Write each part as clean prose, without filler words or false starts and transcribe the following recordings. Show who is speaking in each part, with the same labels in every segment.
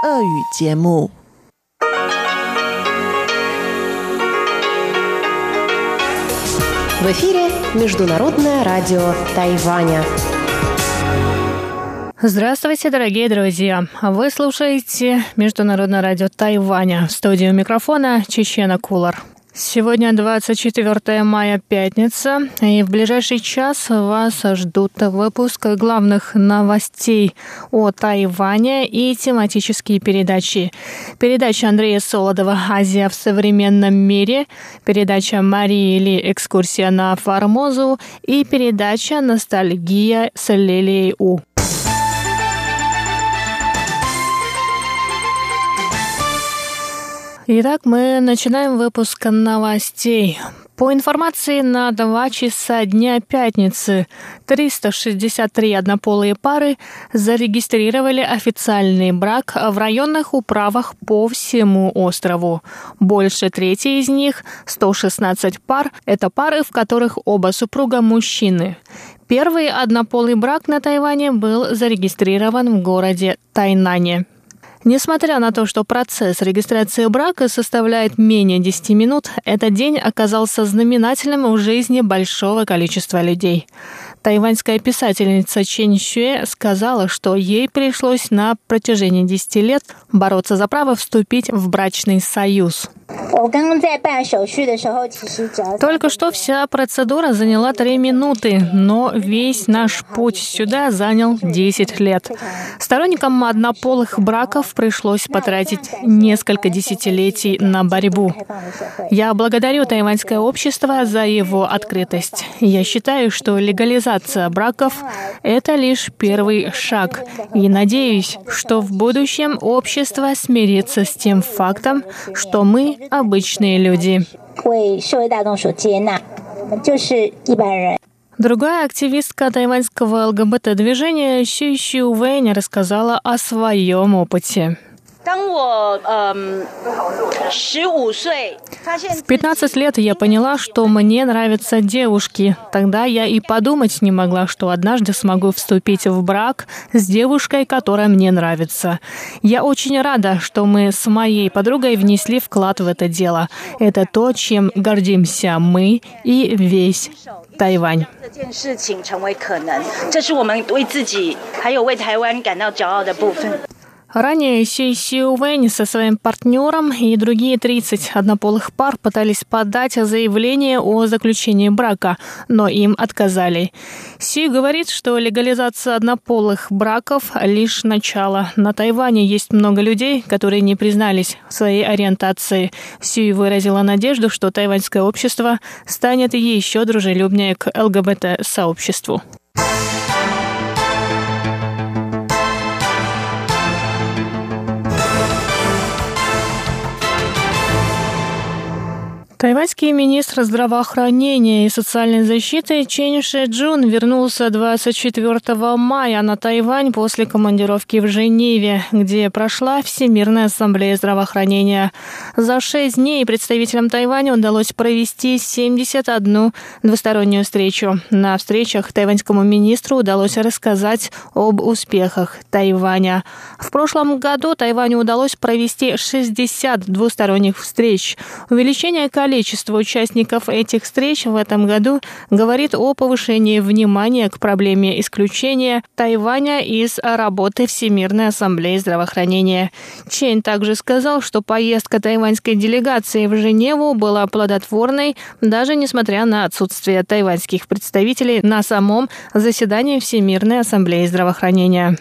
Speaker 1: 俄语节目。
Speaker 2: В эфире Международное радио Тайваня.
Speaker 3: Здравствуйте, дорогие друзья! Вы слушаете Международное радио Тайваня. В студии у микрофона Чечена Кулар. Сегодня 24 мая, пятница, и в ближайший час вас ждут выпуск главных новостей о Тайване и тематические передачи. Передача Андрея Солодова «Азия в современном мире», передача Марии Ли «Экскурсия на Формозу» и передача «Ностальгия» с Лилией У. Итак, мы начинаем выпуск новостей. По информации на 2 часа дня пятницы, 363 однополые пары зарегистрировали официальный брак в районных управах по всему острову. Больше трети из них, 116 пар, это пары, в которых оба супруга мужчины. Первый однополый брак на Тайване был зарегистрирован в городе Тайнане. Несмотря на то, что процесс регистрации брака составляет менее 10 минут, этот день оказался знаменательным в жизни большого количества людей. Тайваньская писательница Чэнь Сюэ сказала, что ей пришлось на протяжении 10 лет бороться за право вступить в брачный союз. Только что вся процедура заняла 3 минуты, но весь наш путь сюда занял 10 лет. Сторонникам однополых браков пришлось потратить несколько десятилетий на борьбу. Я благодарю тайваньское общество за его открытость. Я считаю, что легализация браков – это лишь первый шаг. И надеюсь, что в будущем общество смирится с тем фактом, что мы обычные люди. Другая активистка тайваньского ЛГБТ-движения Сюй Сю Вэнь рассказала о своем опыте. В 15 лет я поняла, что мне нравятся девушки. Тогда я и подумать не могла, что однажды смогу вступить в брак с девушкой, которая мне нравится. Я очень рада, что мы с моей подругой внесли вклад в это дело. Это то, чем гордимся мы и весь Тайвань. Ранее Сюй Сю Вэнь со своим партнером и другие 30 однополых пар пытались подать заявление о заключении брака, но им отказали. Сюй говорит, что легализация однополых браков – лишь начало. На Тайване есть много людей, которые не признались в своей ориентации. Сюй выразила надежду, что тайваньское общество станет еще дружелюбнее к ЛГБТ-сообществу. Тайваньский министр здравоохранения и социальной защиты Чен Шэджун вернулся 24 мая на Тайвань после командировки в Женеве, где прошла Всемирная ассамблея здравоохранения. За 6 дней представителям Тайваня удалось провести 71 двустороннюю встречу. На встречах тайваньскому министру удалось рассказать об успехах Тайваня. В прошлом году Тайваню удалось провести 60 двусторонних встреч. Увеличение количества участников этих встреч в этом году говорит о повышении внимания к проблеме исключения Тайваня из работы Всемирной ассамблеи здравоохранения. Чен также сказал, что поездка тайваньской делегации в Женеву была плодотворной, даже несмотря на отсутствие тайваньских представителей на самом заседании Всемирной ассамблеи здравоохранения.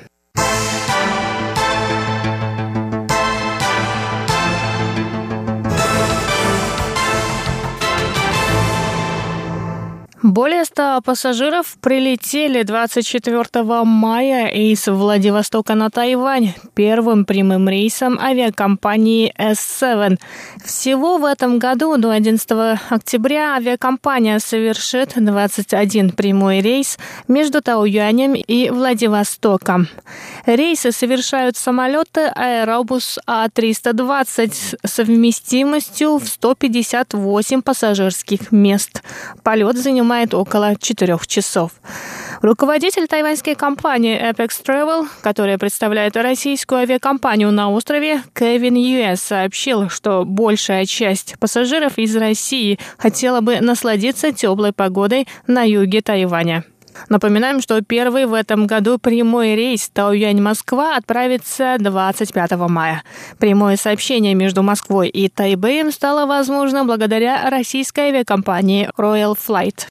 Speaker 3: Более 100 пассажиров прилетели 24 мая из Владивостока на Тайвань первым прямым рейсом авиакомпании S7. Всего в этом году до 11 октября авиакомпания совершит 21 прямой рейс между Таоюанем и Владивостоком. Рейсы совершают самолеты Аэробус А320 с совместимостью в 158 пассажирских мест. Полет занимает около 4 часов. Руководитель тайваньской компании Apex Travel, которая представляет российскую авиакомпанию на острове, Кевин Юэ сообщил, что большая часть пассажиров из России хотела бы насладиться теплой погодой на юге Тайваня. Напоминаем, что первый в этом году прямой рейс Таоюань-Москва отправится 25 мая. Прямое сообщение между Москвой и Тайбэем стало возможно благодаря российской авиакомпании Royal Flight.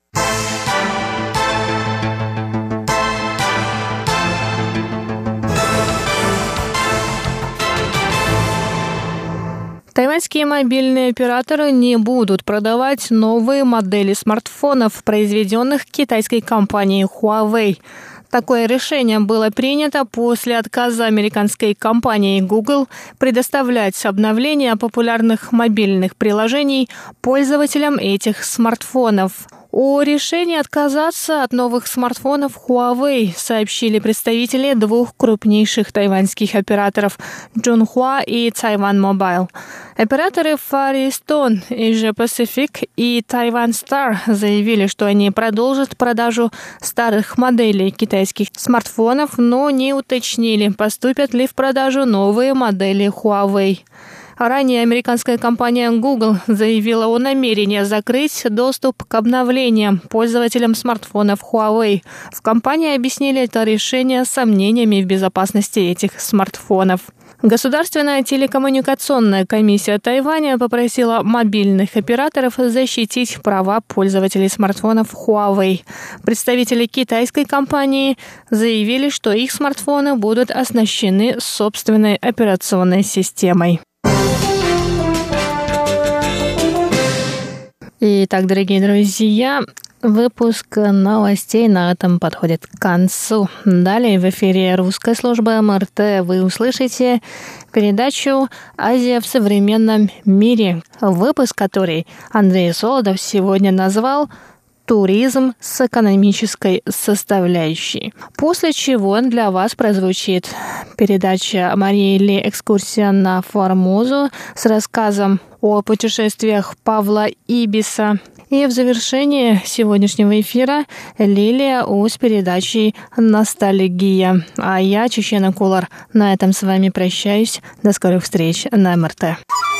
Speaker 3: Тайваньские мобильные операторы не будут продавать новые модели смартфонов, произведенных китайской компанией Huawei. Такое решение было принято после отказа американской компании Google предоставлять обновления популярных мобильных приложений пользователям этих смартфонов. О решении отказаться от новых смартфонов Huawei сообщили представители двух крупнейших тайваньских операторов Chunghwa и Taiwan Mobile. Операторы Far EasTone, Asia Pacific и Taiwan Star заявили, что они продолжат продажу старых моделей китайских смартфонов, но не уточнили, поступят ли в продажу новые модели Huawei. Ранее американская компания Google заявила о намерении закрыть доступ к обновлениям пользователям смартфонов Huawei. В компании объяснили это решение сомнениями в безопасности этих смартфонов. Государственная телекоммуникационная комиссия Тайваня попросила мобильных операторов защитить права пользователей смартфонов Huawei. Представители китайской компании заявили, что их смартфоны будут оснащены собственной операционной системой. Итак, дорогие друзья, выпуск новостей на этом подходит к концу. Далее в эфире русской службы МРТ вы услышите передачу «Азия в современном мире», выпуск который Андрей Солодов сегодня назвал «Туризм с экономической составляющей». После чего для вас прозвучит передача Марии Ли «Экскурсия на Формозу» с рассказом о путешествиях Павла Ибиса. И в завершении сегодняшнего эфира Лилия У с передачей «Ностальгия». А я, Чечена Кулар, на этом с вами прощаюсь. До скорых встреч на МРТ.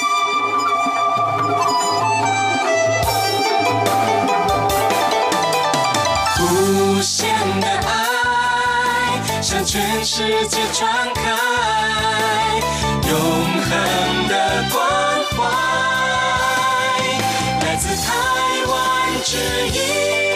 Speaker 1: 向全世界传开，永恒的关怀，来自台湾之音。